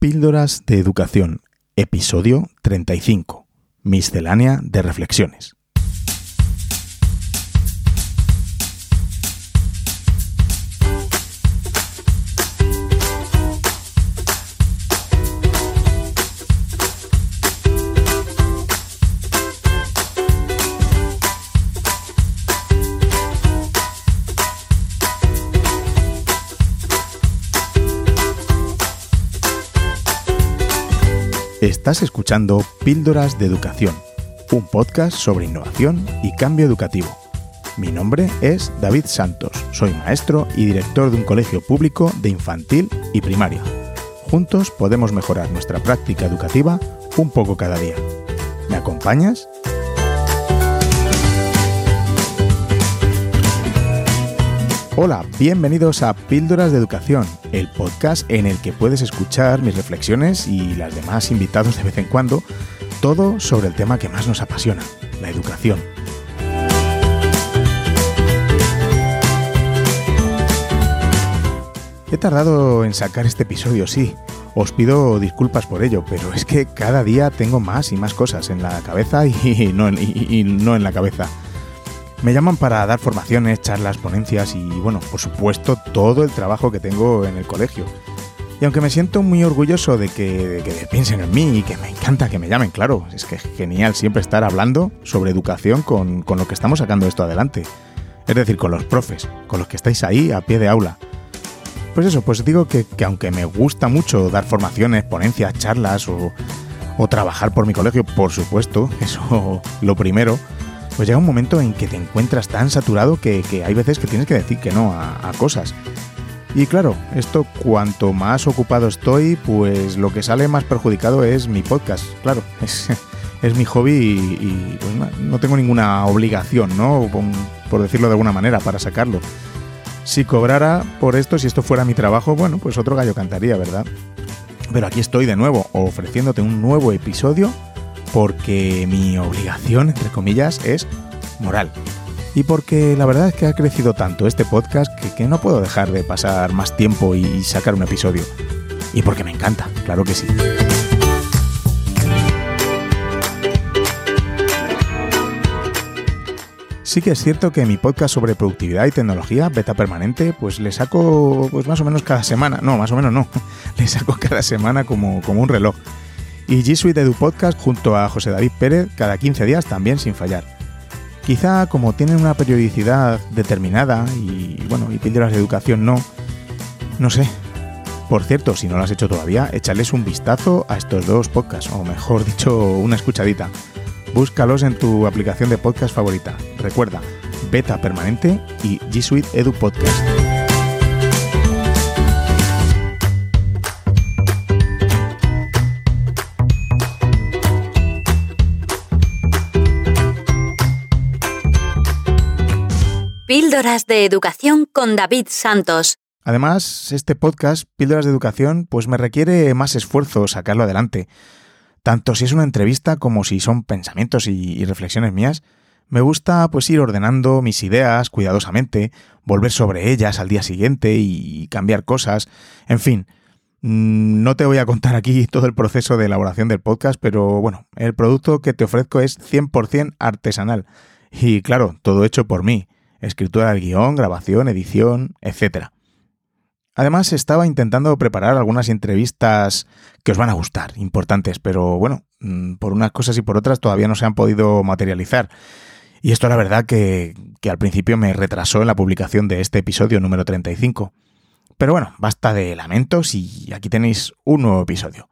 Píldoras de Educación, episodio 35, miscelánea de reflexiones. Estás escuchando Píldoras de Educación, un podcast sobre innovación y cambio educativo. Mi nombre es David Santos, soy maestro y director de un colegio público de infantil y primaria. Juntos podemos mejorar nuestra práctica educativa un poco cada día. ¿Me acompañas? Hola, bienvenidos a Píldoras de Educación, el podcast en el que puedes escuchar mis reflexiones y las demás invitados de vez en cuando, todo sobre el tema que más nos apasiona, la educación. He tardado en sacar este episodio, sí, os pido disculpas por ello, pero es que cada día tengo más y más cosas en la cabeza y no en la cabeza. Me llaman para dar formaciones, charlas, ponencias y, bueno, por supuesto, todo el trabajo que tengo en el colegio. Y aunque me siento muy orgulloso de que piensen en mí y que me encanta que me llamen, claro, es que es genial siempre estar hablando sobre educación con lo que estamos sacando esto adelante. Es decir, con los profes, con los que estáis ahí a pie de aula. Pues eso, pues digo que aunque me gusta mucho dar formaciones, ponencias, charlas o trabajar por mi colegio, por supuesto, eso lo primero, pues llega un momento en que te encuentras tan saturado que hay veces que tienes que decir que no a cosas. Y claro, esto cuanto más ocupado estoy, pues lo que sale más perjudicado es mi podcast. Claro, es mi hobby y pues no tengo ninguna obligación, ¿no? Por decirlo de alguna manera, para sacarlo. Si cobrara por esto, si esto fuera mi trabajo, bueno, pues otro gallo cantaría, ¿verdad? Pero aquí estoy de nuevo, ofreciéndote un nuevo episodio, porque mi obligación, entre comillas, es moral. Y porque la verdad es que ha crecido tanto este podcast que no puedo dejar de pasar más tiempo y sacar un episodio. Y porque me encanta, claro que sí. Sí que es cierto que mi podcast sobre productividad y tecnología, Beta Permanente, pues le saco pues más o menos cada semana. No, más o menos no. Le saco cada semana como un reloj. Y G Suite Edu Podcast junto a José David Pérez cada 15 días también sin fallar. Quizá como tienen una periodicidad determinada y Píldoras de Educación no sé. Por cierto, si no lo has hecho todavía, échales un vistazo a estos dos podcasts, o mejor dicho, una escuchadita. Búscalos en tu aplicación de podcast favorita. Recuerda, Beta Permanente y G Suite Edu Podcast. Píldoras de Educación con David Santos. Además, este podcast, Píldoras de Educación, pues me requiere más esfuerzo sacarlo adelante. Tanto si es una entrevista como si son pensamientos y reflexiones mías, me gusta pues ir ordenando mis ideas cuidadosamente, volver sobre ellas al día siguiente y cambiar cosas. En fin, no te voy a contar aquí todo el proceso de elaboración del podcast, pero bueno, el producto que te ofrezco es 100% artesanal. Y claro, todo hecho por mí. Escritura del guión, grabación, edición, etc. Además, estaba intentando preparar algunas entrevistas que os van a gustar, importantes, pero bueno, por unas cosas y por otras todavía no se han podido materializar. Y esto la verdad que al principio me retrasó en la publicación de este episodio número 35. Pero bueno, basta de lamentos y aquí tenéis un nuevo episodio.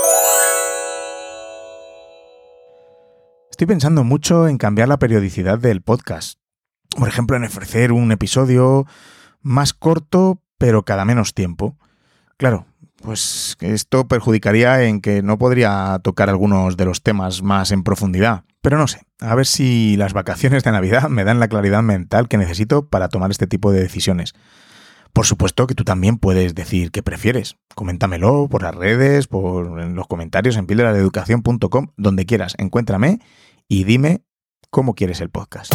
Estoy pensando mucho en cambiar la periodicidad del podcast. Por ejemplo, en ofrecer un episodio más corto, pero cada menos tiempo. Claro, pues esto perjudicaría en que no podría tocar algunos de los temas más en profundidad. Pero no sé, a ver si las vacaciones de Navidad me dan la claridad mental que necesito para tomar este tipo de decisiones. Por supuesto que tú también puedes decir qué prefieres. Coméntamelo por las redes, en los comentarios en pildorasdeeducacion.com, donde quieras. Encuéntrame y dime cómo quieres el podcast.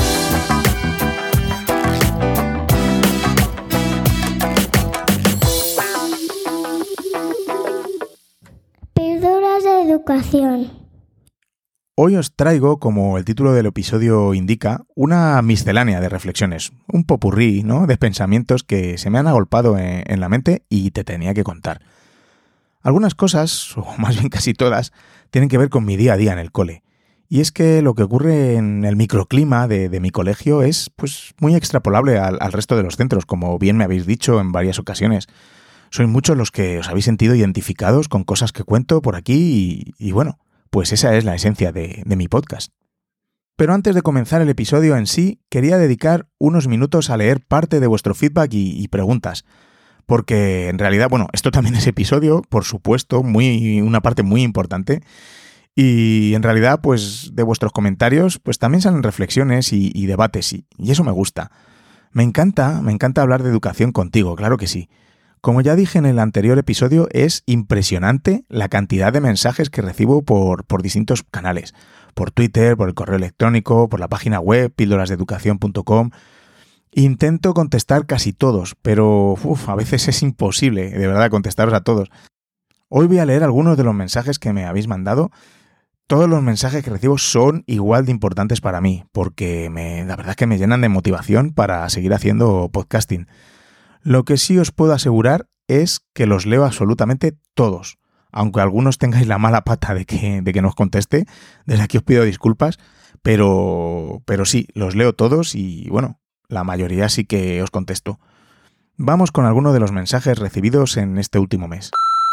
Píldoras de educación. Hoy os traigo, como el título del episodio indica, una miscelánea de reflexiones, un popurrí, ¿no?, de pensamientos que se me han agolpado en la mente y te tenía que contar. Algunas cosas, o más bien casi todas, tienen que ver con mi día a día en el cole. Y es que lo que ocurre en el microclima de mi colegio es pues muy extrapolable al resto de los centros, como bien me habéis dicho en varias ocasiones. Sois muchos los que os habéis sentido identificados con cosas que cuento por aquí y bueno, pues esa es la esencia de mi podcast. Pero antes de comenzar el episodio en sí, quería dedicar unos minutos a leer parte de vuestro feedback y preguntas. Porque en realidad, bueno, esto también es episodio, por supuesto, una parte muy importante. Y en realidad, pues de vuestros comentarios, pues también salen reflexiones y debates y eso me gusta. Me encanta hablar de educación contigo, claro que sí. Como ya dije en el anterior episodio, es impresionante la cantidad de mensajes que recibo por distintos canales. Por Twitter, por el correo electrónico, por la página web, píldorasdeeducación.com. Intento contestar casi todos, pero a veces es imposible, de verdad, contestaros a todos. Hoy voy a leer algunos de los mensajes que me habéis mandado. Todos los mensajes que recibo son igual de importantes para mí, porque la verdad es que me llenan de motivación para seguir haciendo podcasting. Lo que sí os puedo asegurar es que los leo absolutamente todos. Aunque algunos tengáis la mala pata de que no os conteste, desde aquí os pido disculpas, pero sí, los leo todos y bueno, la mayoría sí que os contesto. Vamos con algunos de los mensajes recibidos en este último mes.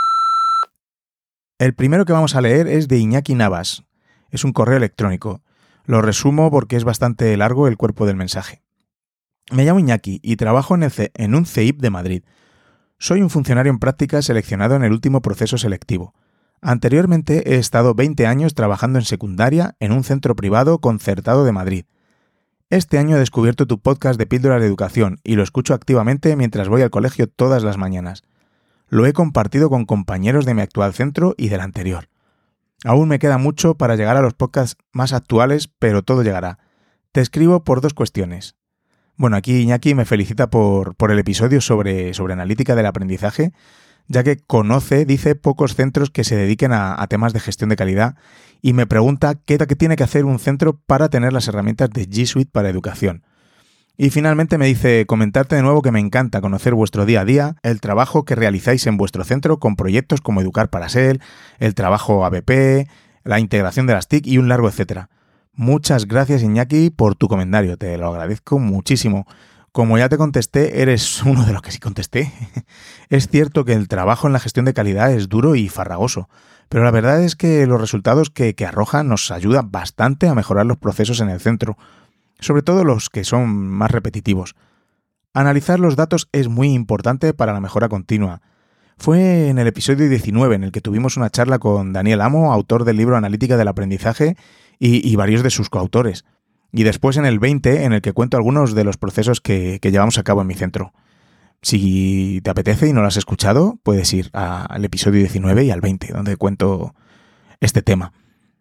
El primero que vamos a leer es de Iñaki Navas. Es un correo electrónico. Lo resumo porque es bastante largo el cuerpo del mensaje. Me llamo Iñaki y trabajo en un CEIP de Madrid. Soy un funcionario en práctica seleccionado en el último proceso selectivo. Anteriormente he estado 20 años trabajando en secundaria en un centro privado concertado de Madrid. Este año he descubierto tu podcast de Píldoras de Educación y lo escucho activamente mientras voy al colegio todas las mañanas. Lo he compartido con compañeros de mi actual centro y del anterior. Aún me queda mucho para llegar a los podcasts más actuales, pero todo llegará. Te escribo por dos cuestiones. Bueno, aquí Iñaki me felicita por el episodio sobre analítica del aprendizaje, ya que dice pocos centros que se dediquen a temas de gestión de calidad y me pregunta qué tiene que hacer un centro para tener las herramientas de G Suite para educación. Y finalmente me dice comentarte de nuevo que me encanta conocer vuestro día a día, el trabajo que realizáis en vuestro centro con proyectos como Educar para SEL, el trabajo ABP, la integración de las TIC y un largo etcétera. Muchas gracias Iñaki por tu comentario, te lo agradezco muchísimo. Como ya te contesté, eres uno de los que sí contesté. Es cierto que el trabajo en la gestión de calidad es duro y farragoso, pero la verdad es que los resultados que arroja nos ayudan bastante a mejorar los procesos en el centro, sobre todo los que son más repetitivos. Analizar los datos es muy importante para la mejora continua. Fue en el episodio 19 en el que tuvimos una charla con Daniel Amo, autor del libro Analítica del Aprendizaje, y varios de sus coautores. Y después en el 20 en el que cuento algunos de los procesos que llevamos a cabo en mi centro. Si te apetece y no lo has escuchado, puedes ir al episodio 19 y al 20, donde cuento este tema.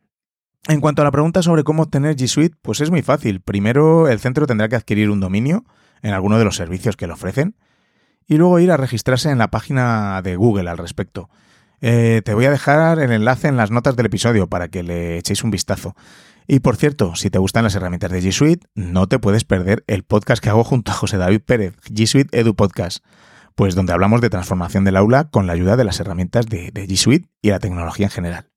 En cuanto a la pregunta sobre cómo obtener G Suite, pues es muy fácil. Primero, el centro tendrá que adquirir un dominio en alguno de los servicios que le ofrecen y luego ir a registrarse en la página de Google al respecto. Te voy a dejar el enlace en las notas del episodio para que le echéis un vistazo. Y por cierto, si te gustan las herramientas de G Suite, no te puedes perder el podcast que hago junto a José David Pérez, G Suite Edu Podcast, pues donde hablamos de transformación del aula con la ayuda de las herramientas de G Suite y la tecnología en general.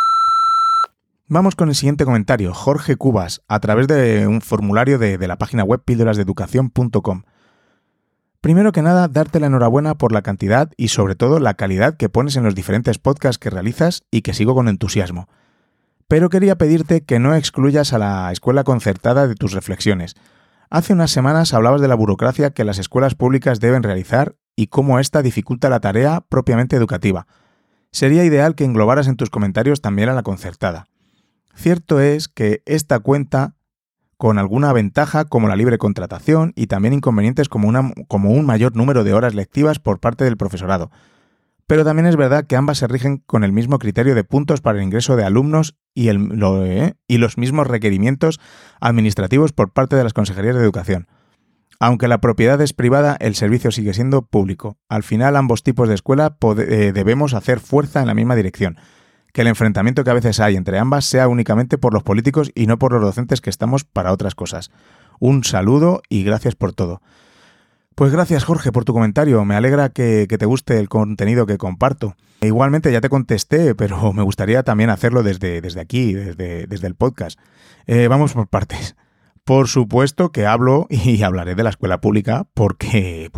Vamos con el siguiente comentario, Jorge Cubas, a través de un formulario de la página web píldorasdeeducación.com. Primero que nada, darte la enhorabuena por la cantidad y sobre todo la calidad que pones en los diferentes podcasts que realizas y que sigo con entusiasmo. Pero quería pedirte que no excluyas a la escuela concertada de tus reflexiones. Hace unas semanas hablabas de la burocracia que las escuelas públicas deben realizar y cómo esta dificulta la tarea propiamente educativa. Sería ideal que englobaras en tus comentarios también a la concertada. Cierto es que esta cuenta con alguna ventaja como la libre contratación y también inconvenientes como un mayor número de horas lectivas por parte del profesorado. Pero también es verdad que ambas se rigen con el mismo criterio de puntos para el ingreso de alumnos y los mismos requerimientos administrativos por parte de las consejerías de educación. Aunque la propiedad es privada, el servicio sigue siendo público. Al final, ambos tipos de escuela debemos hacer fuerza en la misma dirección. que el enfrentamiento que a veces hay entre ambas sea únicamente por los políticos y no por los docentes que estamos para otras cosas. Un saludo y gracias por todo. Pues gracias, Jorge, por tu comentario. Me alegra que te guste el contenido que comparto. Igualmente ya te contesté, pero me gustaría también hacerlo desde aquí, desde el podcast. Vamos por partes. Por supuesto que hablo y hablaré de la escuela pública porque,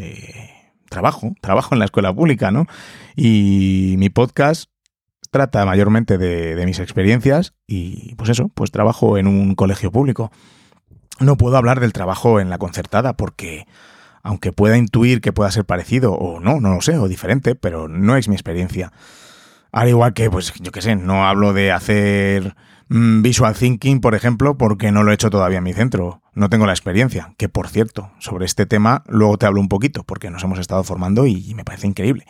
trabajo en la escuela pública, ¿no? Y mi podcast trata mayormente de mis experiencias y, pues trabajo en un colegio público. No puedo hablar del trabajo en la concertada porque, aunque pueda intuir que pueda ser parecido o no lo sé, o diferente, pero no es mi experiencia. Al igual que, no hablo de hacer visual thinking, por ejemplo, porque no lo he hecho todavía en mi centro. No tengo la experiencia, que por cierto, sobre este tema luego te hablo un poquito, porque nos hemos estado formando y me parece increíble.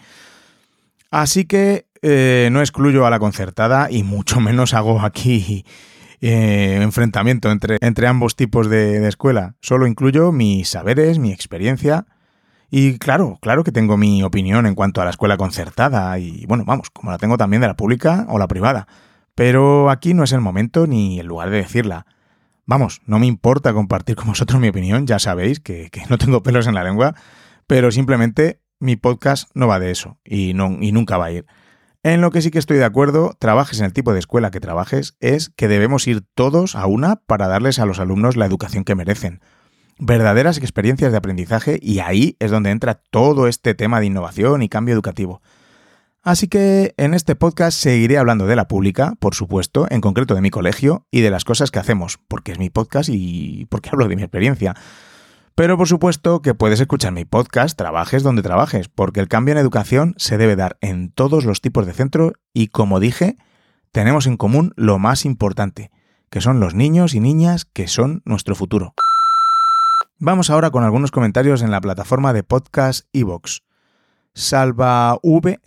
Así que no excluyo a la concertada y mucho menos hago aquí enfrentamiento entre ambos tipos de escuela. Solo incluyo mis saberes, mi experiencia y claro que tengo mi opinión en cuanto a la escuela concertada y como la tengo también de la pública o la privada. Pero aquí no es el momento ni el lugar de decirla. No me importa compartir con vosotros mi opinión, ya sabéis que no tengo pelos en la lengua, pero simplemente mi podcast no va de eso y nunca va a ir. En lo que sí que estoy de acuerdo, trabajes en el tipo de escuela que trabajes, es que debemos ir todos a una para darles a los alumnos la educación que merecen. Verdaderas experiencias de aprendizaje y ahí es donde entra todo este tema de innovación y cambio educativo. Así que en este podcast seguiré hablando de la pública, por supuesto, en concreto de mi colegio y de las cosas que hacemos, porque es mi podcast y porque hablo de mi experiencia. Pero por supuesto que puedes escuchar mi podcast, trabajes donde trabajes, porque el cambio en educación se debe dar en todos los tipos de centro y, como dije, tenemos en común lo más importante, que son los niños y niñas que son nuestro futuro. Vamos ahora con algunos comentarios en la plataforma de podcast iVoox. Salva V,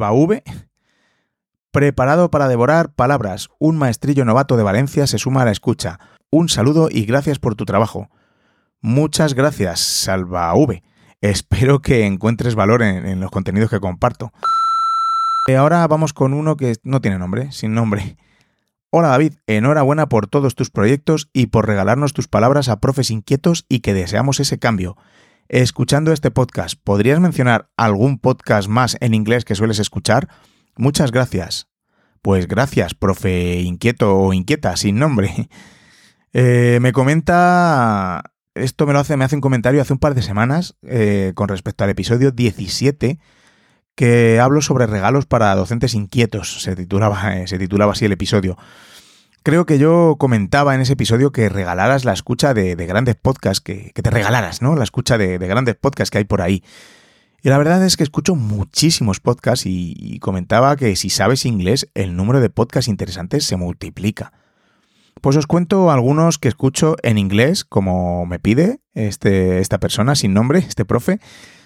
preparado para devorar palabras. Un maestrillo novato de Valencia se suma a la escucha. Un saludo y gracias por tu trabajo. Muchas gracias, Salva V. Espero que encuentres valor en los contenidos que comparto. Ahora vamos con uno que no tiene nombre, sin nombre. Hola David, enhorabuena por todos tus proyectos y por regalarnos tus palabras a profes inquietos y que deseamos ese cambio. Escuchando este podcast, ¿podrías mencionar algún podcast más en inglés que sueles escuchar? Muchas gracias. Pues gracias, profe inquieto o inquieta, sin nombre. Me comenta... Esto me hace un comentario hace un par de semanas con respecto al episodio 17 que hablo sobre regalos para docentes inquietos. Se titulaba así el episodio. Creo que yo comentaba en ese episodio que regalaras la escucha de grandes podcasts, que te regalaras, ¿no? La escucha de grandes podcasts que hay por ahí. Y la verdad es que escucho muchísimos podcasts y comentaba que si sabes inglés, el número de podcasts interesantes se multiplica. Pues os cuento algunos que escucho en inglés, como me pide esta persona sin nombre, este profe.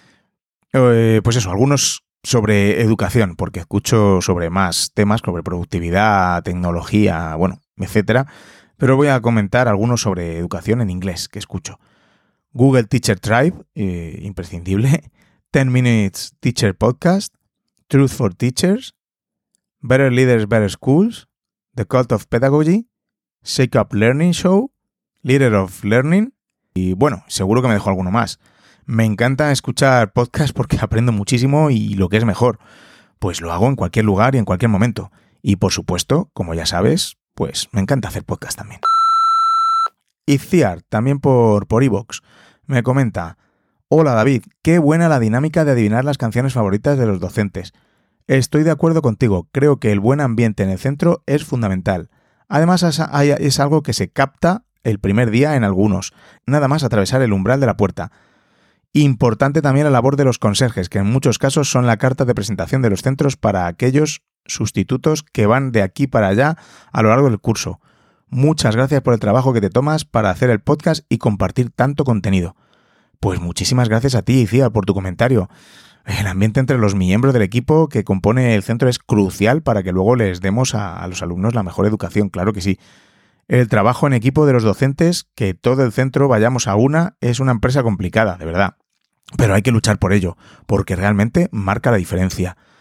Algunos sobre educación, porque escucho sobre más temas, sobre productividad, tecnología, etcétera. Pero voy a comentar algunos sobre educación en inglés que escucho. Google Teacher Tribe, imprescindible. 10 Minutes Teacher Podcast. Truth for Teachers. Better Leaders, Better Schools. The Cult of Pedagogy. Shake Up Learning Show, Leader of Learning y seguro que me dejo alguno más. Me encanta escuchar podcasts porque aprendo muchísimo y lo que es mejor, pues lo hago en cualquier lugar y en cualquier momento. Y por supuesto, como ya sabes, pues me encanta hacer podcast también. Itziar, también por iVoox, me comenta: Hola David, qué buena la dinámica de adivinar las canciones favoritas de los docentes. Estoy de acuerdo contigo, creo que el buen ambiente en el centro es fundamental. Además es algo que se capta el primer día en algunos, nada más atravesar el umbral de la puerta. Importante también la labor de los conserjes, que en muchos casos son la carta de presentación de los centros para aquellos sustitutos que van de aquí para allá a lo largo del curso. Muchas gracias por el trabajo que te tomas para hacer el podcast y compartir tanto contenido. Pues muchísimas gracias a ti, Icía, por tu comentario. El ambiente entre los miembros del equipo que compone el centro es crucial para que luego les demos a los alumnos la mejor educación, claro que sí. El trabajo en equipo de los docentes, que todo el centro vayamos a una, es una empresa complicada, de verdad. Pero hay que luchar por ello, porque realmente marca la diferencia.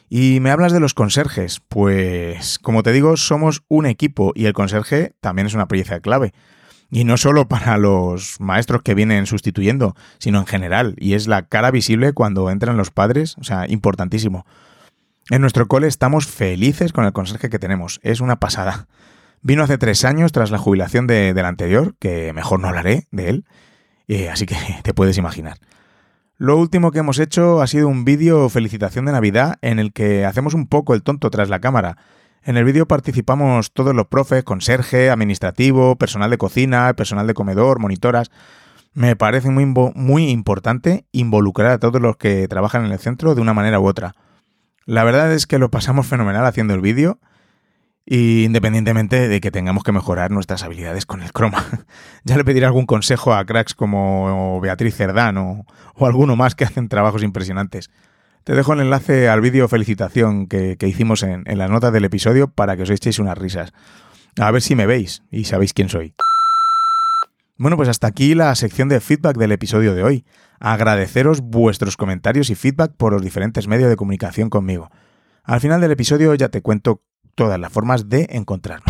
Y me hablas de los conserjes. Pues, como te digo, somos un equipo y el conserje también es una pieza clave. Y no solo para los maestros que vienen sustituyendo, sino en general. Y es la cara visible cuando entran los padres, o sea, importantísimo. En nuestro cole estamos felices con el conserje que tenemos. Es una pasada. Vino hace 3 años tras la jubilación del anterior, que mejor no hablaré de él, así que te puedes imaginar. Lo último que hemos hecho ha sido un vídeo felicitación de Navidad en el que hacemos un poco el tonto tras la cámara. En el vídeo participamos todos los profes, conserje, administrativo, personal de cocina, personal de comedor, monitoras. Me parece muy importante involucrar a todos los que trabajan en el centro de una manera u otra. La verdad es que lo pasamos fenomenal haciendo el vídeo, y independientemente de que tengamos que mejorar nuestras habilidades con el croma. Ya le pediré algún consejo a cracks como Beatriz Cerdán o alguno más que hacen trabajos impresionantes. Te dejo el enlace al vídeo felicitación que hicimos en las notas del episodio para que os echéis unas risas. A ver si me veis y sabéis quién soy. Bueno, pues hasta aquí la sección de feedback del episodio de hoy. Agradeceros vuestros comentarios y feedback por los diferentes medios de comunicación conmigo. Al final del episodio ya te cuento todas las formas de encontrarnos.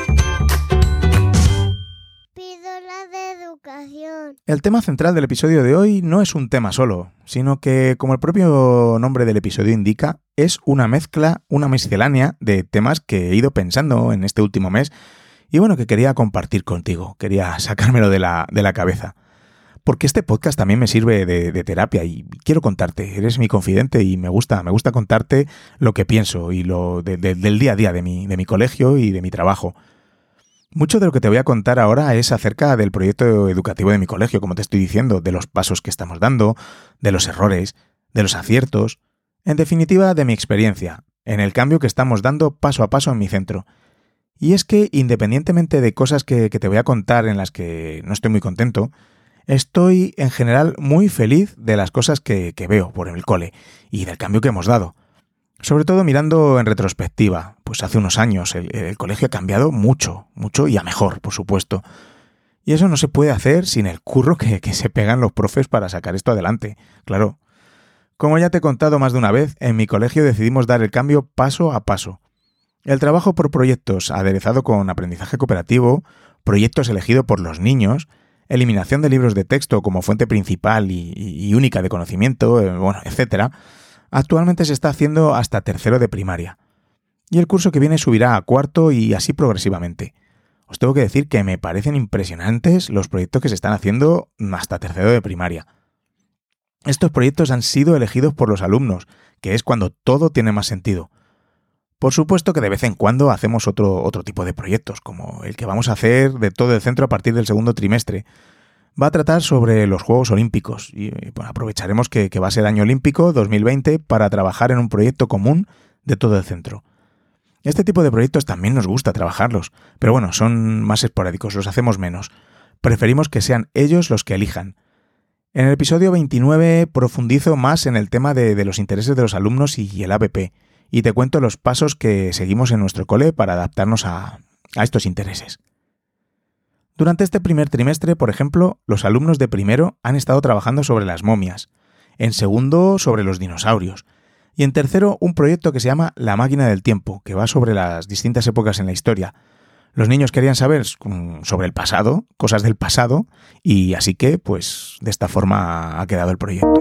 Píldora de educación. El tema central del episodio de hoy no es un tema solo, sino que, como el propio nombre del episodio indica, es una mezcla, una miscelánea de temas que he ido pensando en este último mes y bueno, que quería compartir contigo, quería sacármelo de la cabeza. Porque este podcast también me sirve de terapia y quiero contarte, eres mi confidente y me gusta contarte lo que pienso y del día a día de mi colegio y de mi trabajo. Mucho de lo que te voy a contar ahora es acerca del proyecto educativo de mi colegio, como te estoy diciendo, de los pasos que estamos dando, de los errores, de los aciertos, en definitiva de mi experiencia, en el cambio que estamos dando paso a paso en mi centro. Y es que, independientemente de cosas que te voy a contar en las que no estoy muy contento, estoy en general muy feliz de las cosas que veo por el cole y del cambio que hemos dado. Sobre todo mirando en retrospectiva, pues hace unos años el colegio ha cambiado mucho y a mejor, por supuesto. Y eso no se puede hacer sin el curro que se pegan los profes para sacar esto adelante, claro. Como ya te he contado más de una vez, en mi colegio decidimos dar el cambio paso a paso. El trabajo por proyectos aderezado con aprendizaje cooperativo, proyectos elegidos por los niños, eliminación de libros de texto como fuente principal y única de conocimiento, etc., actualmente se está haciendo hasta 3º de primaria. Y el curso que viene subirá a 4º y así progresivamente. Os tengo que decir que me parecen impresionantes los proyectos que se están haciendo hasta 3º de primaria. Estos proyectos han sido elegidos por los alumnos, que es cuando todo tiene más sentido. Por supuesto que de vez en cuando hacemos otro tipo de proyectos, como el que vamos a hacer de todo el centro a partir del 2º trimestre. Va a tratar sobre los Juegos Olímpicos y aprovecharemos que va a ser año olímpico 2020 para trabajar en un proyecto común de todo el centro. Este tipo de proyectos también nos gusta trabajarlos, pero bueno, son más esporádicos, los hacemos menos. Preferimos que sean ellos los que elijan. En el episodio 29 profundizo más en el tema de los intereses de los alumnos y el ABP, y te cuento los pasos que seguimos en nuestro cole para adaptarnos a estos intereses. Durante este primer trimestre, por ejemplo, los alumnos de primero han estado trabajando sobre las momias, en segundo sobre los dinosaurios, y en tercero un proyecto que se llama La máquina del tiempo, que va sobre las distintas épocas en la historia. Los niños querían saber sobre el pasado, cosas del pasado, y así que, pues, de esta forma ha quedado el proyecto.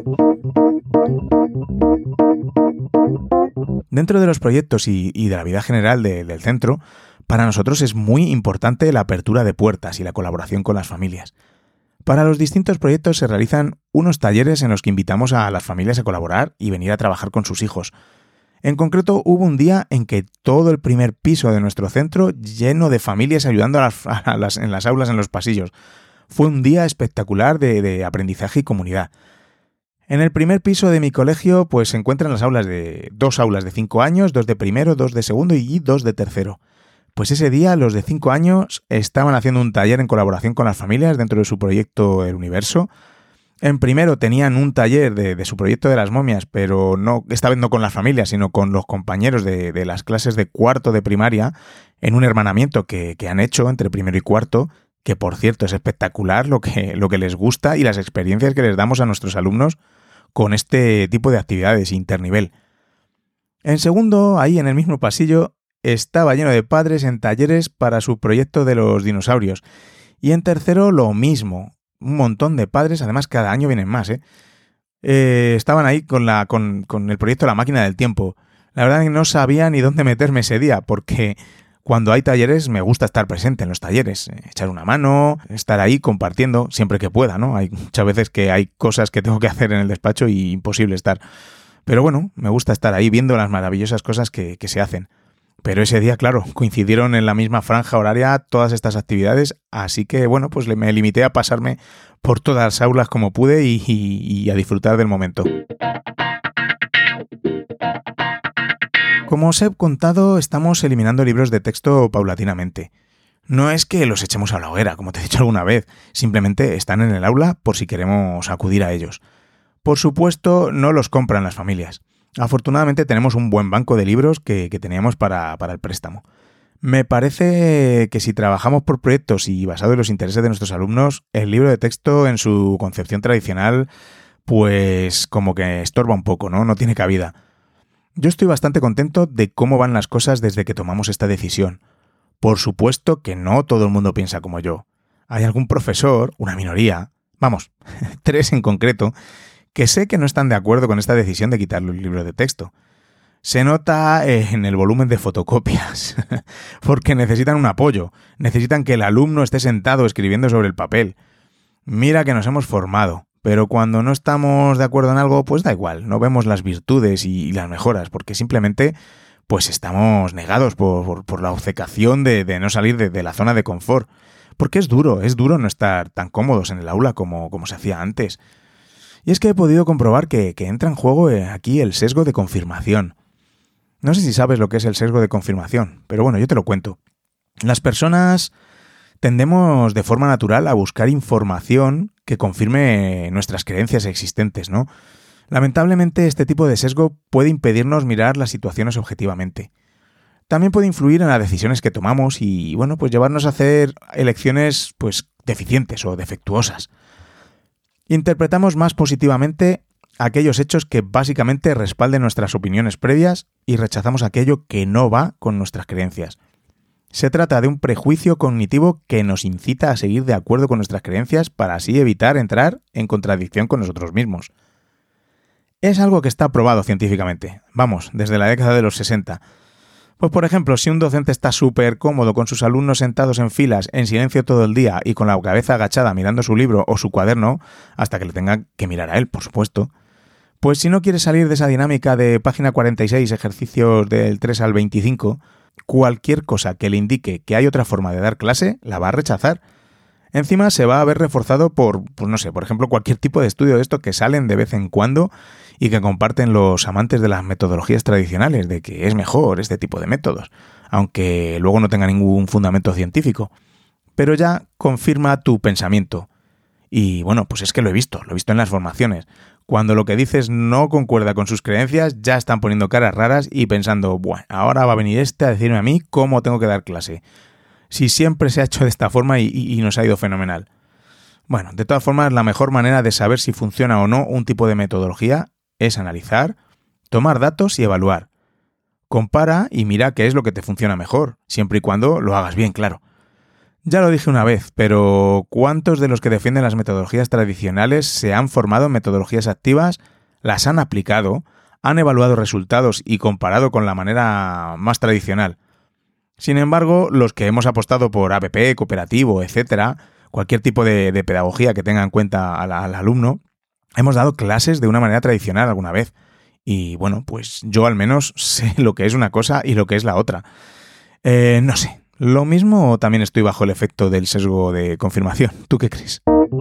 Dentro de los proyectos y de la vida general del centro, para nosotros es muy importante la apertura de puertas y la colaboración con las familias. Para los distintos proyectos se realizan unos talleres en los que invitamos a las familias a colaborar y venir a trabajar con sus hijos. En concreto, hubo un día en que todo el primer piso de nuestro centro lleno de familias ayudando en las aulas, en los pasillos. Fue un día espectacular de aprendizaje y comunidad. En el primer piso de mi colegio pues se encuentran las aulas dos aulas de 5 años, 2 de primero, 2 de segundo y 2 de tercero. Pues ese día los de 5 años estaban haciendo un taller en colaboración con las familias dentro de su proyecto El Universo. En primero tenían un taller de su proyecto de las momias, pero no esta vez no con las familias, sino con los compañeros de las clases de 4º de primaria, en un hermanamiento que han hecho entre primero y 4º, que por cierto es espectacular lo que les gusta y las experiencias que les damos a nuestros alumnos con este tipo de actividades internivel. En segundo, ahí en el mismo pasillo, estaba lleno de padres en talleres para su proyecto de los dinosaurios. Y en tercero, lo mismo. Un montón de padres, además cada año vienen más, estaban ahí con el proyecto de la máquina del tiempo. La verdad es que no sabía ni dónde meterme ese día, porque cuando hay talleres me gusta estar presente en los talleres, echar una mano, estar ahí compartiendo siempre que pueda, ¿no? Hay muchas veces que hay cosas que tengo que hacer en el despacho y imposible estar. Pero bueno, me gusta estar ahí viendo las maravillosas cosas que se hacen. Pero ese día, claro, coincidieron en la misma franja horaria todas estas actividades, así que bueno, pues me limité a pasarme por todas las aulas como pude y a disfrutar del momento. Como os he contado, estamos eliminando libros de texto paulatinamente. No es que los echemos a la hoguera, como te he dicho alguna vez, simplemente están en el aula por si queremos acudir a ellos. Por supuesto, no los compran las familias. Afortunadamente tenemos un buen banco de libros que teníamos para el préstamo. Me parece que si trabajamos por proyectos y basado en los intereses de nuestros alumnos, el libro de texto en su concepción tradicional, pues como que estorba un poco, ¿no? No tiene cabida. Yo estoy bastante contento de cómo van las cosas desde que tomamos esta decisión. Por supuesto que no todo el mundo piensa como yo. Hay algún profesor, una minoría, vamos, 3 en concreto, que sé que no están de acuerdo con esta decisión de quitar los libros de texto. Se nota en el volumen de fotocopias, porque necesitan un apoyo, necesitan que el alumno esté sentado escribiendo sobre el papel. Mira que nos hemos formado, pero cuando no estamos de acuerdo en algo, pues da igual, no vemos las virtudes y las mejoras, porque simplemente pues estamos negados por la obcecación de no salir de la zona de confort. Porque es duro no estar tan cómodos en el aula como se hacía antes. Y es que he podido comprobar que entra en juego aquí el sesgo de confirmación. No sé si sabes lo que es el sesgo de confirmación, pero bueno, yo te lo cuento. Las personas tendemos de forma natural a buscar información que confirme nuestras creencias existentes, ¿no? Lamentablemente, este tipo de sesgo puede impedirnos mirar las situaciones objetivamente. También puede influir en las decisiones que tomamos y, bueno, pues llevarnos a hacer elecciones, pues, deficientes o defectuosas. Interpretamos más positivamente aquellos hechos que básicamente respalden nuestras opiniones previas y rechazamos aquello que no va con nuestras creencias. Se trata de un prejuicio cognitivo que nos incita a seguir de acuerdo con nuestras creencias para así evitar entrar en contradicción con nosotros mismos. Es algo que está probado científicamente, vamos, desde la década de los 60. Pues por ejemplo, si un docente está súper cómodo con sus alumnos sentados en filas, en silencio todo el día y con la cabeza agachada mirando su libro o su cuaderno, hasta que le tengan que mirar a él, por supuesto, pues si no quiere salir de esa dinámica de página 46, ejercicios del 3 al 25, cualquier cosa que le indique que hay otra forma de dar clase, la va a rechazar. Encima se va a ver reforzado por ejemplo, cualquier tipo de estudio de esto que salen de vez en cuando y que comparten los amantes de las metodologías tradicionales, de que es mejor este tipo de métodos, aunque luego no tenga ningún fundamento científico. Pero ya confirma tu pensamiento. Y bueno, pues es que lo he visto en las formaciones. Cuando lo que dices no concuerda con sus creencias, ya están poniendo caras raras y pensando, bueno, ahora va a venir a decirme a mí cómo tengo que dar clase. Si siempre se ha hecho de esta forma y nos ha ido fenomenal. Bueno, de todas formas, la mejor manera de saber si funciona o no un tipo de metodología es analizar, tomar datos y evaluar. Compara y mira qué es lo que te funciona mejor, siempre y cuando lo hagas bien, claro. Ya lo dije una vez, pero ¿cuántos de los que defienden las metodologías tradicionales se han formado en metodologías activas, las han aplicado, han evaluado resultados y comparado con la manera más tradicional? Sin embargo, los que hemos apostado por APP, cooperativo, etcétera, cualquier tipo de pedagogía que tenga en cuenta al alumno, hemos dado clases de una manera tradicional alguna vez. Y bueno, pues yo al menos sé lo que es una cosa y lo que es la otra. No sé, lo mismo también estoy bajo el efecto del sesgo de confirmación. ¿Tú qué crees?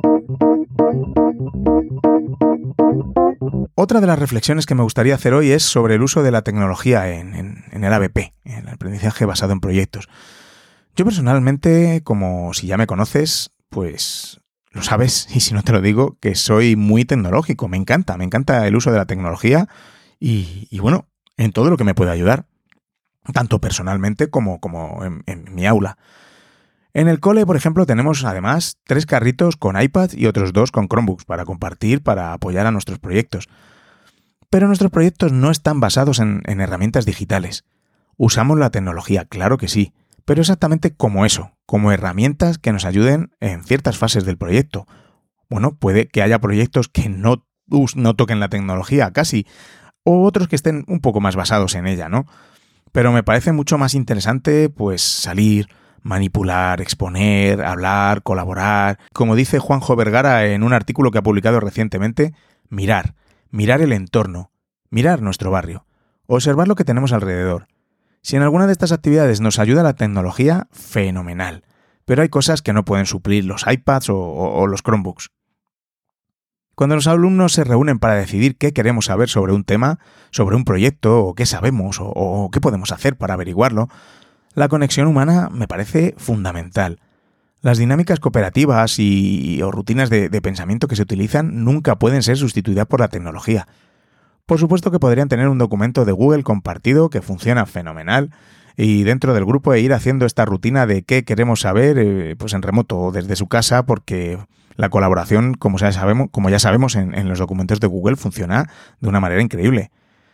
Otra de las reflexiones que me gustaría hacer hoy es sobre el uso de la tecnología en el ABP, en el aprendizaje basado en proyectos. Yo personalmente, como si ya me conoces, pues lo sabes, y si no te lo digo, que soy muy tecnológico. Me encanta el uso de la tecnología y bueno, en todo lo que me puede ayudar, tanto personalmente como en mi aula. En el cole, por ejemplo, tenemos además 3 carritos con iPad y otros 2 con Chromebooks para compartir, para apoyar a nuestros proyectos. Pero nuestros proyectos no están basados en herramientas digitales. Usamos la tecnología, claro que sí, pero exactamente como eso, como herramientas que nos ayuden en ciertas fases del proyecto. Bueno, puede que haya proyectos que no toquen la tecnología casi, o otros que estén un poco más basados en ella, ¿no? Pero me parece mucho más interesante, pues, salir, manipular, exponer, hablar, colaborar. Como dice Juanjo Vergara en un artículo que ha publicado recientemente, mirar el entorno, mirar nuestro barrio, observar lo que tenemos alrededor. Si en alguna de estas actividades nos ayuda la tecnología, fenomenal. Pero hay cosas que no pueden suplir los iPads o los Chromebooks. Cuando los alumnos se reúnen para decidir qué queremos saber sobre un tema, sobre un proyecto, o qué sabemos, o qué podemos hacer para averiguarlo, la conexión humana me parece fundamental. Las dinámicas cooperativas o rutinas de pensamiento que se utilizan nunca pueden ser sustituidas por la tecnología. Por supuesto que podrían tener un documento de Google compartido que funciona fenomenal y dentro del grupo ir haciendo esta rutina de qué queremos saber pues en remoto o desde su casa, porque la colaboración, como ya sabemos en los documentos de Google, funciona de una manera increíble.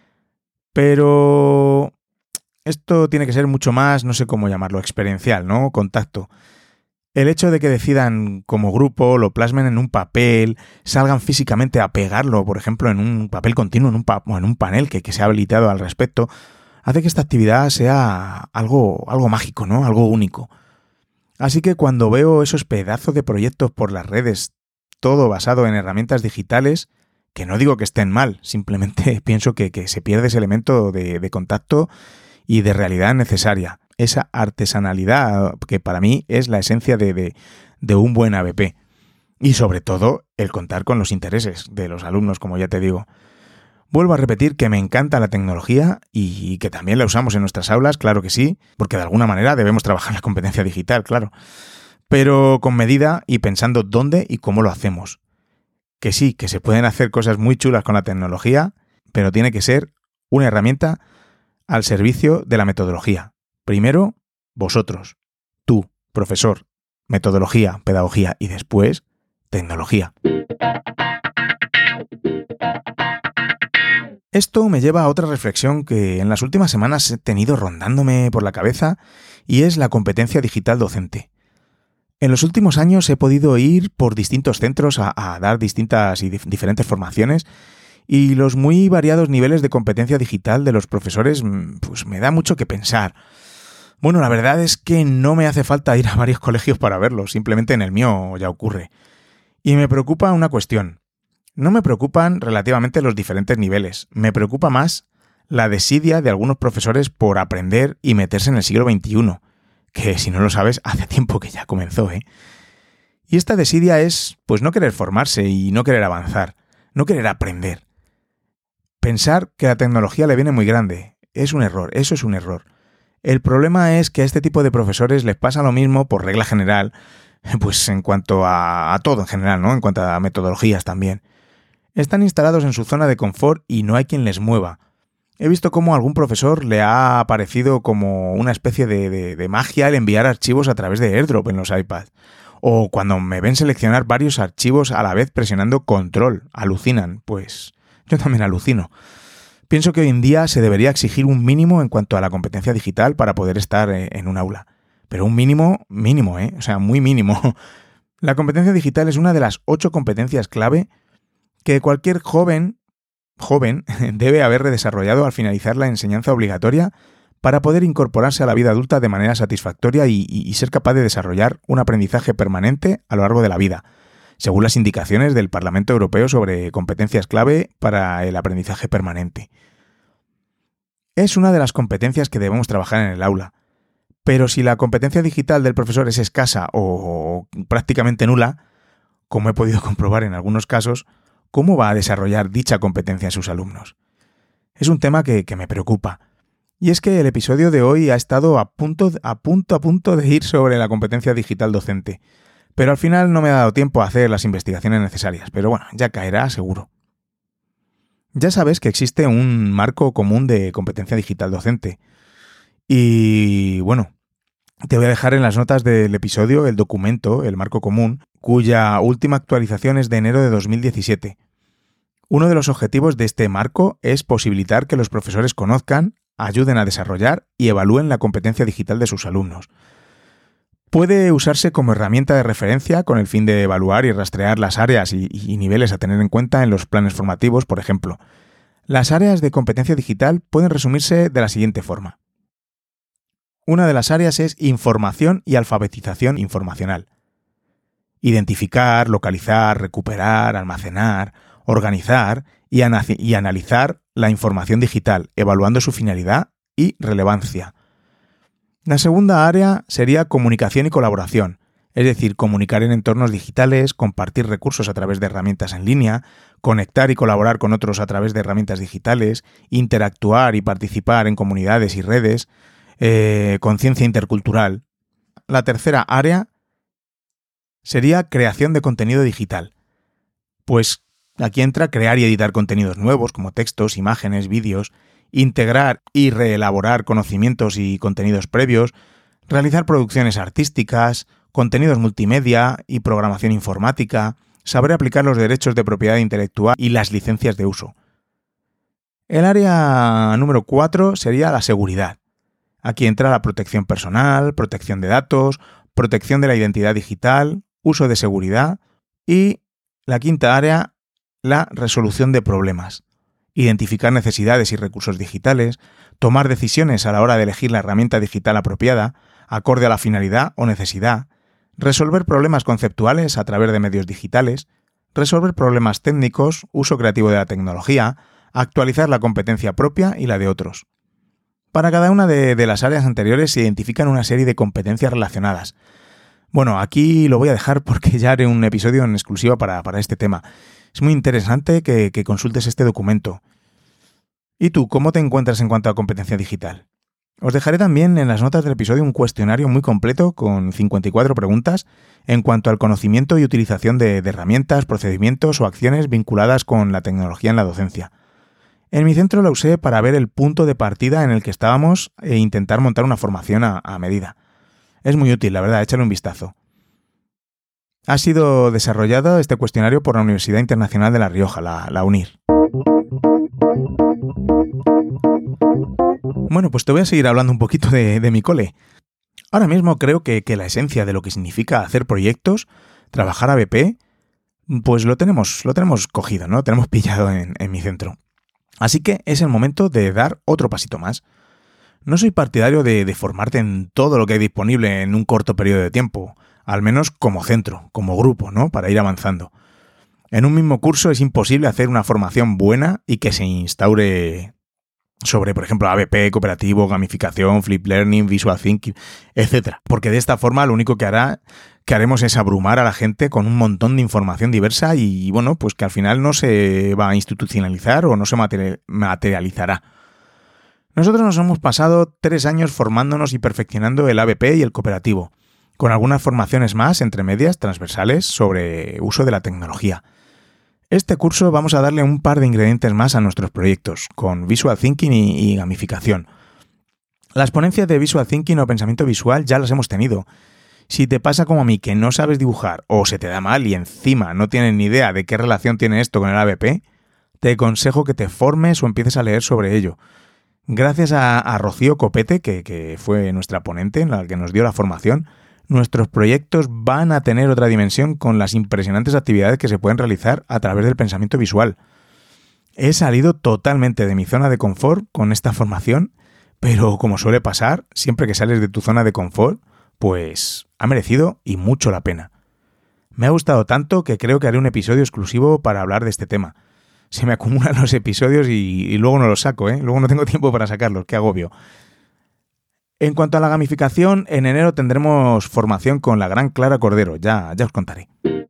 Pero esto tiene que ser mucho más, no sé cómo llamarlo, experiencial, ¿no? Contacto. El hecho de que decidan como grupo, lo plasmen en un papel, salgan físicamente a pegarlo, por ejemplo, en un papel continuo, en un panel que se ha habilitado al respecto, hace que esta actividad sea algo mágico, ¿no? Algo único. Así que cuando veo esos pedazos de proyectos por las redes, todo basado en herramientas digitales, que no digo que estén mal, simplemente pienso que se pierde ese elemento de contacto y de realidad necesaria. Esa artesanalidad que para mí es la esencia de un buen ABP. Y sobre todo, el contar con los intereses de los alumnos, como ya te digo. Vuelvo a repetir que me encanta la tecnología y que también la usamos en nuestras aulas, claro que sí, porque de alguna manera debemos trabajar la competencia digital, claro. Pero con medida y pensando dónde y cómo lo hacemos. Que sí, que se pueden hacer cosas muy chulas con la tecnología, pero tiene que ser una herramienta al servicio de la metodología. Primero, vosotros, tú, profesor, metodología, pedagogía y después, tecnología. Esto me lleva a otra reflexión que en las últimas semanas he tenido rondándome por la cabeza y es la competencia digital docente. En los últimos años he podido ir por distintos centros a dar distintas y diferentes formaciones y los muy variados niveles de competencia digital de los profesores pues me da mucho que pensar. Bueno, la verdad es que no me hace falta ir a varios colegios para verlo, simplemente en el mío ya ocurre. Y me preocupa una cuestión. No me preocupan relativamente los diferentes niveles, me preocupa más la desidia de algunos profesores por aprender y meterse en el siglo XXI, que si no lo sabes, hace tiempo que ya comenzó, ¿eh? Y esta desidia es, pues, no querer formarse y no querer avanzar, no querer aprender. Pensar que la tecnología le viene muy grande, es un error, eso es un error. El problema es que a este tipo de profesores les pasa lo mismo, por regla general, pues en cuanto a todo en general, ¿no? En cuanto a metodologías también. Están instalados en su zona de confort y no hay quien les mueva. He visto cómo a algún profesor le ha parecido como una especie de magia el enviar archivos a través de AirDrop en los iPads. O cuando me ven seleccionar varios archivos a la vez presionando control. Alucinan. Pues yo también alucino. Pienso que hoy en día se debería exigir un mínimo en cuanto a la competencia digital para poder estar en un aula. Pero un mínimo, ¿eh? O sea, muy mínimo. La competencia digital es una de las 8 competencias clave que cualquier joven debe haber desarrollado al finalizar la enseñanza obligatoria para poder incorporarse a la vida adulta de manera satisfactoria y ser capaz de desarrollar un aprendizaje permanente a lo largo de la vida, según las indicaciones del Parlamento Europeo sobre competencias clave para el aprendizaje permanente. Es una de las competencias que debemos trabajar en el aula, pero si la competencia digital del profesor es escasa o prácticamente nula, como he podido comprobar en algunos casos, ¿cómo va a desarrollar dicha competencia en sus alumnos? Es un tema que me preocupa. Y es que el episodio de hoy ha estado a punto de ir sobre la competencia digital docente. Pero al final no me ha dado tiempo a hacer las investigaciones necesarias. Pero bueno, ya caerá seguro. Ya sabes que existe un marco común de competencia digital docente. Y bueno, te voy a dejar en las notas del episodio el documento, el marco común, cuya última actualización es de enero de 2017. Uno de los objetivos de este marco es posibilitar que los profesores conozcan, ayuden a desarrollar y evalúen la competencia digital de sus alumnos. Puede usarse como herramienta de referencia con el fin de evaluar y rastrear las áreas y niveles a tener en cuenta en los planes formativos, por ejemplo. Las áreas de competencia digital pueden resumirse de la siguiente forma. Una de las áreas es información y alfabetización informacional. Identificar, localizar, recuperar, almacenar, organizar y analizar la información digital, evaluando su finalidad y relevancia. La segunda área sería comunicación y colaboración, es decir, comunicar en entornos digitales, compartir recursos a través de herramientas en línea, conectar y colaborar con otros a través de herramientas digitales, interactuar y participar en comunidades y redes, conciencia intercultural. La tercera área sería creación de contenido digital. Pues aquí entra crear y editar contenidos nuevos como textos, imágenes, vídeos, integrar y reelaborar conocimientos y contenidos previos, realizar producciones artísticas, contenidos multimedia y programación informática, saber aplicar los derechos de propiedad intelectual y las licencias de uso. El área número 4 sería la seguridad. Aquí entra la protección personal, protección de datos, protección de la identidad digital, uso de seguridad y la quinta área, la resolución de problemas. Identificar necesidades y recursos digitales, tomar decisiones a la hora de elegir la herramienta digital apropiada, acorde a la finalidad o necesidad, resolver problemas conceptuales a través de medios digitales, resolver problemas técnicos, uso creativo de la tecnología, actualizar la competencia propia y la de otros. Para cada una de las áreas anteriores se identifican una serie de competencias relacionadas. Bueno, aquí lo voy a dejar porque ya haré un episodio en exclusiva para este tema. Es muy interesante que consultes este documento. ¿Y tú, cómo te encuentras en cuanto a competencia digital? Os dejaré también en las notas del episodio un cuestionario muy completo con 54 preguntas en cuanto al conocimiento y utilización de herramientas, procedimientos o acciones vinculadas con la tecnología en la docencia. En mi centro la usé para ver el punto de partida en el que estábamos e intentar montar una formación a medida. Es muy útil, la verdad, échale un vistazo. Ha sido desarrollado este cuestionario por la Universidad Internacional de La Rioja, la UNIR. Bueno, pues te voy a seguir hablando un poquito de mi cole. Ahora mismo creo que la esencia de lo que significa hacer proyectos, trabajar ABP, pues lo tenemos cogido, ¿no? Lo tenemos pillado en mi centro. Así que es el momento de dar otro pasito más. No soy partidario de formarte en todo lo que hay disponible en un corto periodo de tiempo, al menos como centro, como grupo, ¿no? Para ir avanzando. En un mismo curso es imposible hacer una formación buena y que se instaure sobre, por ejemplo, ABP, cooperativo, gamificación, flip learning, visual thinking, etc. Porque de esta forma lo único que haremos es abrumar a la gente con un montón de información diversa y, bueno, pues que al final no se va a institucionalizar o no se materializará. Nosotros nos hemos pasado 3 años formándonos y perfeccionando el ABP y el cooperativo, con algunas formaciones más, entre medias, transversales, sobre uso de la tecnología. Este curso vamos a darle un par de ingredientes más a nuestros proyectos, con Visual Thinking y gamificación. Las ponencias de Visual Thinking o pensamiento visual ya las hemos tenido. Si te pasa como a mí que no sabes dibujar o se te da mal y encima no tienes ni idea de qué relación tiene esto con el ABP, te aconsejo que te formes o empieces a leer sobre ello. Gracias a Rocío Copete, que fue nuestra ponente en la que nos dio la formación, nuestros proyectos van a tener otra dimensión con las impresionantes actividades que se pueden realizar a través del pensamiento visual. He salido totalmente de mi zona de confort con esta formación, pero como suele pasar, siempre que sales de tu zona de confort, pues ha merecido y mucho la pena. Me ha gustado tanto que creo que haré un episodio exclusivo para hablar de este tema. Se me acumulan los episodios y luego no los saco, ¿eh? Luego no tengo tiempo para sacarlos, qué agobio. En cuanto a la gamificación, en enero tendremos formación con la gran Clara Cordero, ya os contaré.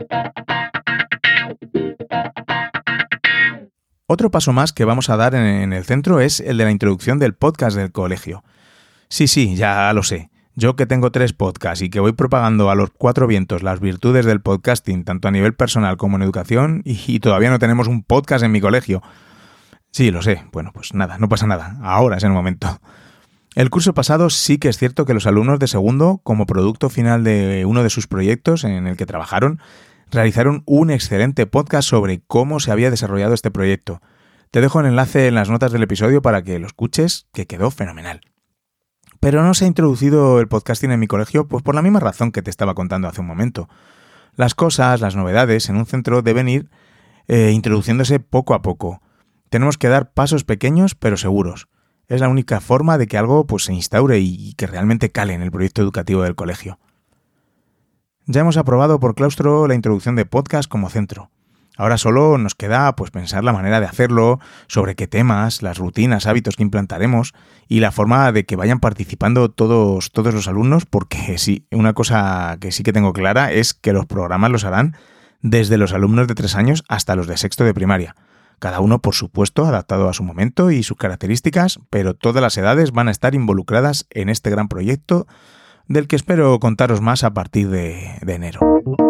Otro paso más que vamos a dar en el centro es el de la introducción del podcast del colegio. Sí, ya lo sé. Yo que tengo 3 podcasts y que voy propagando a los 4 vientos las virtudes del podcasting, tanto a nivel personal como en educación, y todavía no tenemos un podcast en mi colegio. Sí, lo sé. Bueno, pues nada, no pasa nada. Ahora es el momento. El curso pasado sí que es cierto que los alumnos de segundo, como producto final de uno de sus proyectos en el que trabajaron, realizaron un excelente podcast sobre cómo se había desarrollado este proyecto. Te dejo el enlace en las notas del episodio para que lo escuches, que quedó fenomenal. Pero no se ha introducido el podcasting en mi colegio pues por la misma razón que te estaba contando hace un momento. Las cosas, las novedades en un centro deben ir introduciéndose poco a poco. Tenemos que dar pasos pequeños pero seguros. Es la única forma de que algo pues, se instaure y que realmente cale en el proyecto educativo del colegio. Ya hemos aprobado por claustro la introducción de podcast como centro. Ahora solo nos queda pues, pensar la manera de hacerlo, sobre qué temas, las rutinas, hábitos que implantaremos y la forma de que vayan participando todos los alumnos, porque sí, una cosa que sí que tengo clara es que los programas los harán desde los alumnos de 3 años hasta los de 6º de primaria. Cada uno, por supuesto, adaptado a su momento y sus características, pero todas las edades van a estar involucradas en este gran proyecto del que espero contaros más a partir de enero.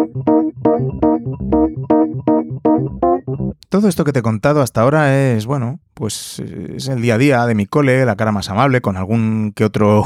Todo esto que te he contado hasta ahora es, bueno, pues es el día a día de mi cole, la cara más amable, con algún que otro...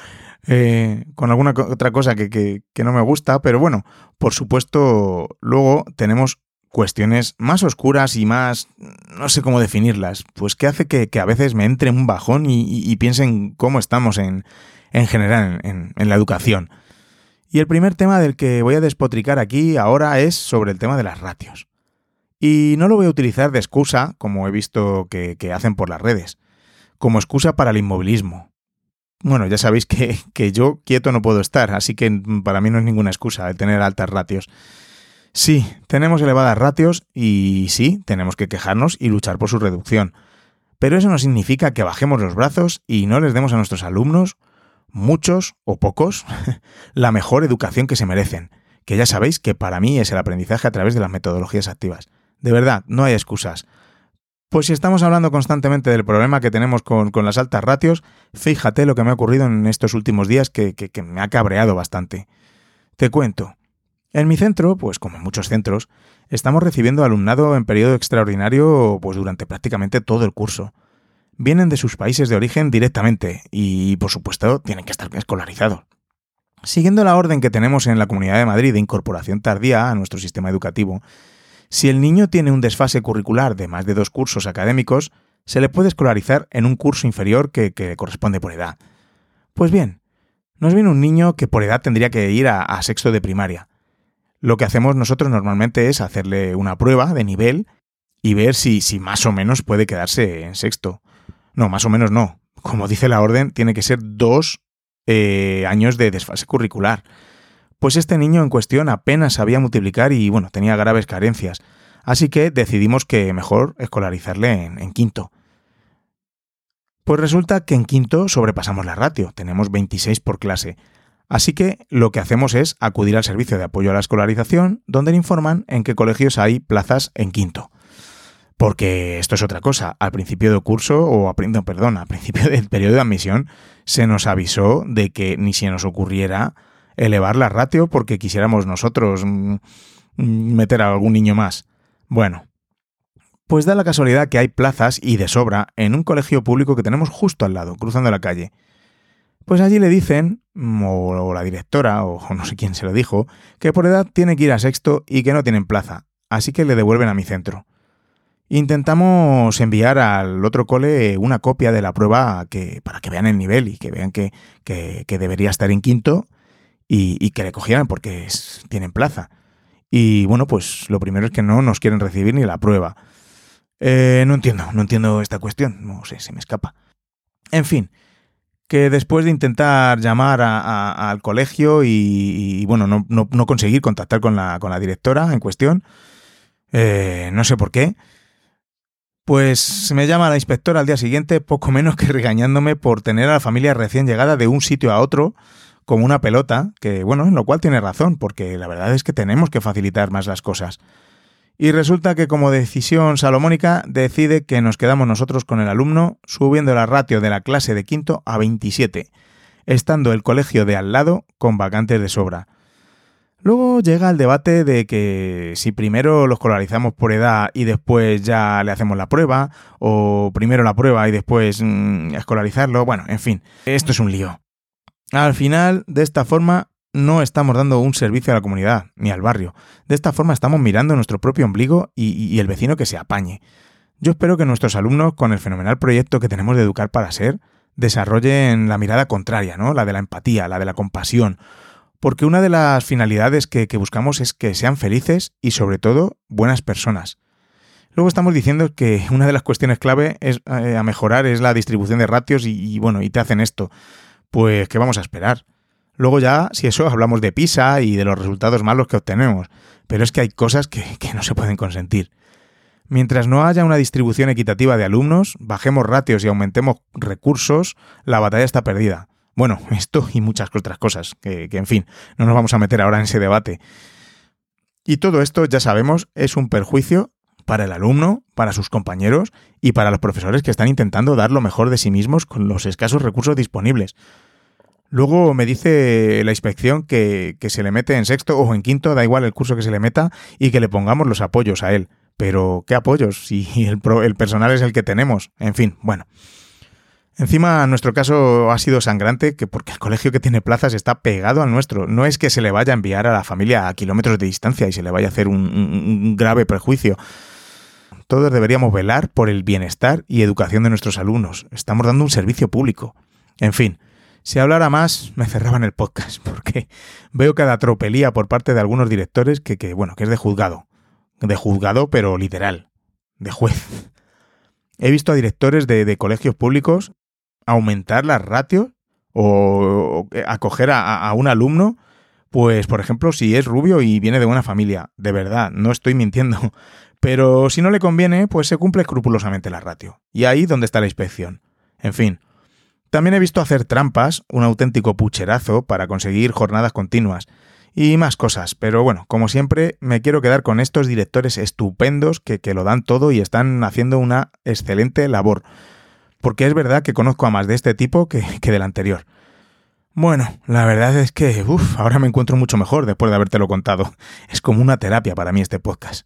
con alguna otra cosa que no me gusta, pero bueno, por supuesto, luego tenemos cuestiones más oscuras y más, no sé cómo definirlas, pues que hace que a veces me entre un bajón y piense en cómo estamos en general en la educación. Y el primer tema del que voy a despotricar aquí ahora es sobre el tema de las ratios. Y no lo voy a utilizar de excusa, como he visto que hacen por las redes, como excusa para el inmovilismo. Bueno, ya sabéis que yo quieto no puedo estar, así que para mí no es ninguna excusa el tener altas ratios. Sí, tenemos elevadas ratios y sí, tenemos que quejarnos y luchar por su reducción. Pero eso no significa que bajemos los brazos y no les demos a nuestros alumnos, muchos o pocos, la mejor educación que se merecen, que ya sabéis que para mí es el aprendizaje a través de las metodologías activas. De verdad, no hay excusas. Pues si estamos hablando constantemente del problema que tenemos con las altas ratios, fíjate lo que me ha ocurrido en estos últimos días que me ha cabreado bastante. Te cuento. En mi centro, pues como en muchos centros, estamos recibiendo alumnado en periodo extraordinario pues durante prácticamente todo el curso. Vienen de sus países de origen directamente y, por supuesto, tienen que estar escolarizados. Siguiendo la orden que tenemos en la Comunidad de Madrid de incorporación tardía a nuestro sistema educativo, si el niño tiene un desfase curricular de más de 2 cursos académicos, se le puede escolarizar en un curso inferior que corresponde por edad. Pues bien, nos viene un niño que por edad tendría que ir a 6º de primaria. Lo que hacemos nosotros normalmente es hacerle una prueba de nivel y ver si más o menos puede quedarse en 6º. No, más o menos no. Como dice la orden, tiene que ser 2 años de desfase curricular. Pues este niño en cuestión apenas sabía multiplicar y, bueno, tenía graves carencias. Así que decidimos que mejor escolarizarle en 5º. Pues resulta que en 5º sobrepasamos la ratio, tenemos 26 por clase. Así que lo que hacemos es acudir al servicio de apoyo a la escolarización, donde le informan en qué colegios hay plazas en 5º. Porque esto es otra cosa. Al principio del curso, al principio del periodo de admisión, se nos avisó de que ni se nos ocurriera elevar la ratio porque quisiéramos nosotros meter a algún niño más. Bueno, pues da la casualidad que hay plazas y de sobra en un colegio público que tenemos justo al lado, cruzando la calle. Pues allí le dicen, o la directora, o no sé quién se lo dijo, que por edad tiene que ir a 6º y que no tienen plaza, así que le devuelven a mi centro. Intentamos enviar al otro cole una copia de la prueba para que vean el nivel y que vean que debería estar en 5º y que le cogieran porque tienen plaza. Y bueno, pues lo primero es que no nos quieren recibir ni la prueba. No entiendo esta cuestión, no sé, se me escapa. En fin, que después de intentar llamar al colegio y bueno, no conseguir contactar con la directora en cuestión, no sé por qué, pues me llama la inspectora al día siguiente, poco menos que regañándome por tener a la familia recién llegada de un sitio a otro como una pelota, que bueno, en lo cual tiene razón, porque la verdad es que tenemos que facilitar más las cosas. Y resulta que como decisión salomónica decide que nos quedamos nosotros con el alumno subiendo la ratio de la clase de 5º a 27, estando el colegio de al lado con vacantes de sobra. Luego llega el debate de que si primero lo escolarizamos por edad y después ya le hacemos la prueba, o primero la prueba y después escolarizarlo. Bueno, en fin, esto es un lío. Al final, de esta forma, no estamos dando un servicio a la comunidad, ni al barrio. De esta forma estamos mirando nuestro propio ombligo y el vecino que se apañe. Yo espero que nuestros alumnos, con el fenomenal proyecto que tenemos de Educar para Ser, desarrollen la mirada contraria, ¿no? La de la empatía, la de la compasión. Porque una de las finalidades que buscamos es que sean felices y, sobre todo, buenas personas. Luego estamos diciendo que una de las cuestiones clave a mejorar es la distribución de ratios y te hacen esto. Pues, ¿qué vamos a esperar? Luego ya, si eso, hablamos de PISA y de los resultados malos que obtenemos. Pero es que hay cosas que no se pueden consentir. Mientras no haya una distribución equitativa de alumnos, bajemos ratios y aumentemos recursos, la batalla está perdida. Bueno, esto y muchas otras cosas, que en fin, no nos vamos a meter ahora en ese debate. Y todo esto, ya sabemos, es un perjuicio para el alumno, para sus compañeros y para los profesores que están intentando dar lo mejor de sí mismos con los escasos recursos disponibles. Luego me dice la inspección que se le mete en sexto o en quinto, da igual el curso que se le meta, y que le pongamos los apoyos a él. Pero, ¿qué apoyos? Si el personal es el que tenemos. En fin, bueno. Encima, nuestro caso ha sido sangrante porque el colegio que tiene plazas está pegado al nuestro. No es que se le vaya a enviar a la familia a kilómetros de distancia y se le vaya a hacer un grave perjuicio. Todos deberíamos velar por el bienestar y educación de nuestros alumnos. Estamos dando un servicio público. En fin, si hablara más, me cerraban el podcast, porque veo cada tropelía por parte de algunos directores que es de juzgado. De juzgado, pero literal. De juez. He visto a directores de colegios públicos aumentar las ratios o acoger a un alumno, pues, por ejemplo, si es rubio y viene de buena familia. De verdad, no estoy mintiendo. Pero si no le conviene, pues se cumple escrupulosamente la ratio. Y ahí donde está la inspección. En fin. También he visto hacer trampas, un auténtico pucherazo para conseguir jornadas continuas. Y más cosas, pero bueno, como siempre, me quiero quedar con estos directores estupendos que lo dan todo y están haciendo una excelente labor. Porque es verdad que conozco a más de este tipo que del anterior. Bueno, la verdad es que, ahora me encuentro mucho mejor después de habértelo contado. Es como una terapia para mí este podcast.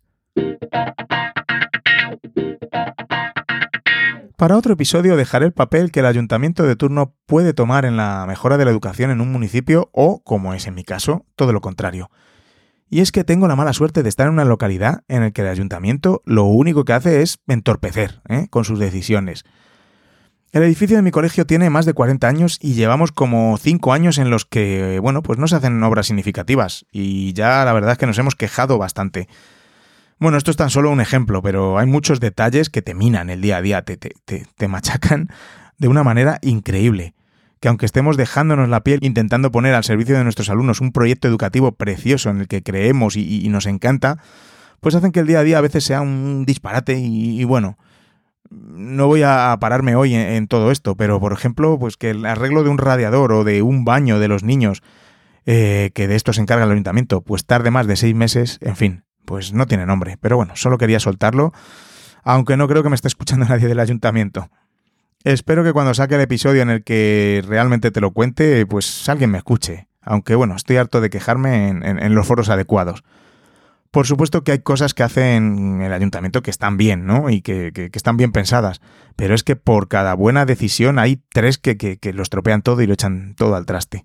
Para otro episodio dejaré el papel que el ayuntamiento de turno puede tomar en la mejora de la educación en un municipio o, como es en mi caso, todo lo contrario. Y es que tengo la mala suerte de estar en una localidad en la que el ayuntamiento lo único que hace es entorpecer con sus decisiones. El edificio de mi colegio tiene más de 40 años y llevamos como 5 años en los que, pues no se hacen obras significativas y ya la verdad es que nos hemos quejado bastante. Bueno, esto es tan solo un ejemplo, pero hay muchos detalles que te minan el día a día, te machacan de una manera increíble. Que aunque estemos dejándonos la piel intentando poner al servicio de nuestros alumnos un proyecto educativo precioso en el que creemos y nos encanta, pues hacen que el día a día a veces sea un disparate y bueno, no voy a pararme hoy en todo esto, pero por ejemplo, pues que el arreglo de un radiador o de un baño de los niños, que de esto se encarga el ayuntamiento, pues tarde más de 6 meses, en fin. Pues no tiene nombre, pero bueno, solo quería soltarlo, aunque no creo que me esté escuchando nadie del ayuntamiento. Espero que cuando saque el episodio en el que realmente te lo cuente, pues alguien me escuche, aunque bueno, estoy harto de quejarme en los foros adecuados. Por supuesto que hay cosas que hacen el ayuntamiento que están bien, ¿no? Y que están bien pensadas, pero es que por cada buena decisión hay 3 que lo estropean todo y lo echan todo al traste.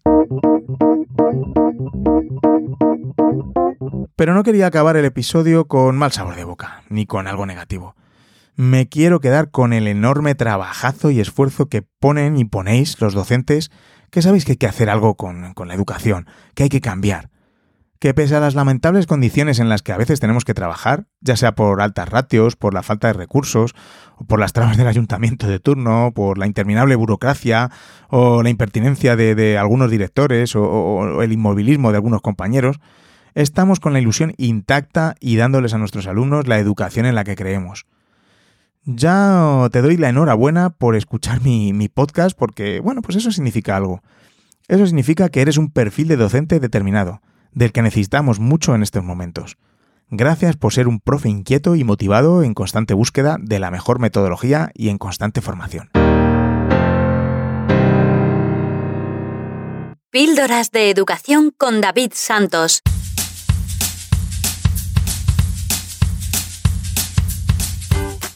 Pero no quería acabar el episodio con mal sabor de boca, ni con algo negativo. Me quiero quedar con el enorme trabajazo y esfuerzo que ponen y ponéis los docentes, que sabéis que hay que hacer algo con la educación, que hay que cambiar. Que pese a las lamentables condiciones en las que a veces tenemos que trabajar, ya sea por altas ratios, por la falta de recursos, o por las trabas del ayuntamiento de turno, por la interminable burocracia, o la impertinencia de algunos directores, o el inmovilismo de algunos compañeros, estamos con la ilusión intacta y dándoles a nuestros alumnos la educación en la que creemos. Ya te doy la enhorabuena por escuchar mi podcast porque, pues eso significa algo. Eso significa que eres un perfil de docente determinado, del que necesitamos mucho en estos momentos. Gracias por ser un profe inquieto y motivado en constante búsqueda de la mejor metodología y en constante formación. Píldoras de Educación con David Santos.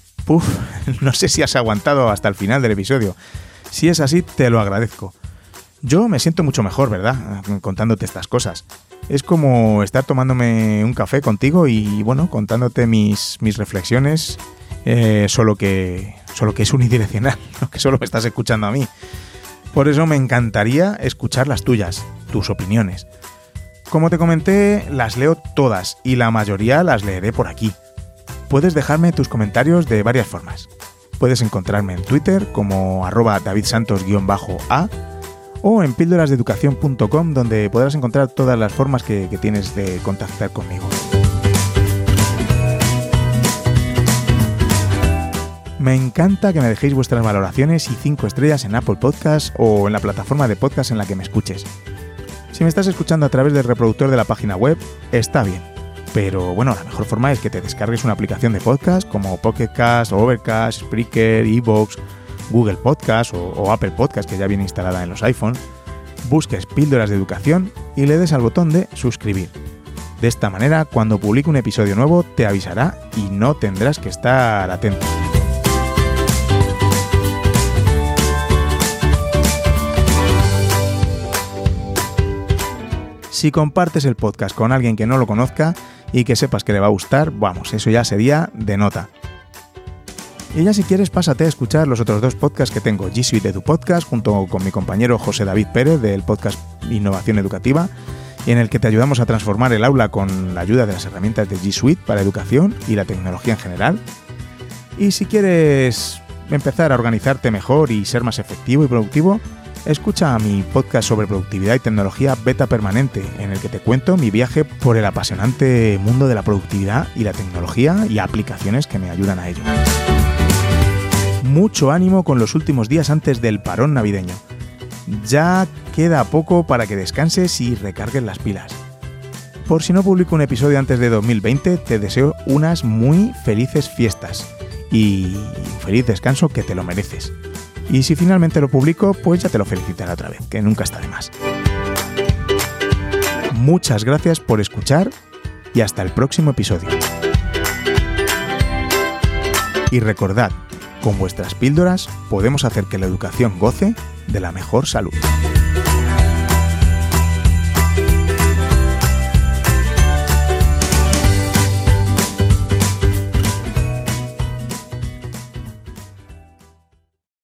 No sé si has aguantado hasta el final del episodio. Si es así, te lo agradezco. Yo me siento mucho mejor, ¿verdad?, contándote estas cosas. Es como estar tomándome un café contigo y, bueno, contándote mis reflexiones, solo que es unidireccional, ¿no?, que solo me estás escuchando a mí. Por eso me encantaría escuchar las tuyas, tus opiniones. Como te comenté, las leo todas y la mayoría las leeré por aquí. Puedes dejarme tus comentarios de varias formas. Puedes encontrarme en Twitter como @davidsantos_a o en píldorasdeeducación.com, donde podrás encontrar todas las formas que tienes de contactar conmigo. Me encanta que me dejéis vuestras valoraciones y 5 estrellas en Apple Podcasts o en la plataforma de podcast en la que me escuches. Si me estás escuchando a través del reproductor de la página web, está bien. Pero bueno, la mejor forma es que te descargues una aplicación de podcast como Pocket Cast, Overcast, Spreaker, iVoox, Google Podcast o Apple Podcast, que ya viene instalada en los iPhones. Busques Píldoras de Educación y le des al botón de suscribir. De esta manera, cuando publique un episodio nuevo, te avisará y no tendrás que estar atento. Si compartes el podcast con alguien que no lo conozca y que sepas que le va a gustar, vamos, eso ya sería de nota. Y ya si quieres, pásate a escuchar los otros 2 podcasts que tengo, G Suite Edu Podcast, junto con mi compañero José David Pérez del podcast Innovación Educativa, y en el que te ayudamos a transformar el aula con la ayuda de las herramientas de G Suite para educación y la tecnología en general. Y si quieres empezar a organizarte mejor y ser más efectivo y productivo, escucha mi podcast sobre productividad y tecnología Beta Permanente, en el que te cuento mi viaje por el apasionante mundo de la productividad y la tecnología y aplicaciones que me ayudan a ello. Mucho ánimo con los últimos días antes del parón navideño. Ya queda poco para que descanses y recargues las pilas. Por si no publico un episodio antes de 2020, te deseo unas muy felices fiestas y un feliz descanso, que te lo mereces. Y si finalmente lo publico, pues ya te lo felicitaré otra vez, que nunca está de más. Muchas gracias por escuchar y hasta el próximo episodio. Y recordad, con vuestras píldoras podemos hacer que la educación goce de la mejor salud.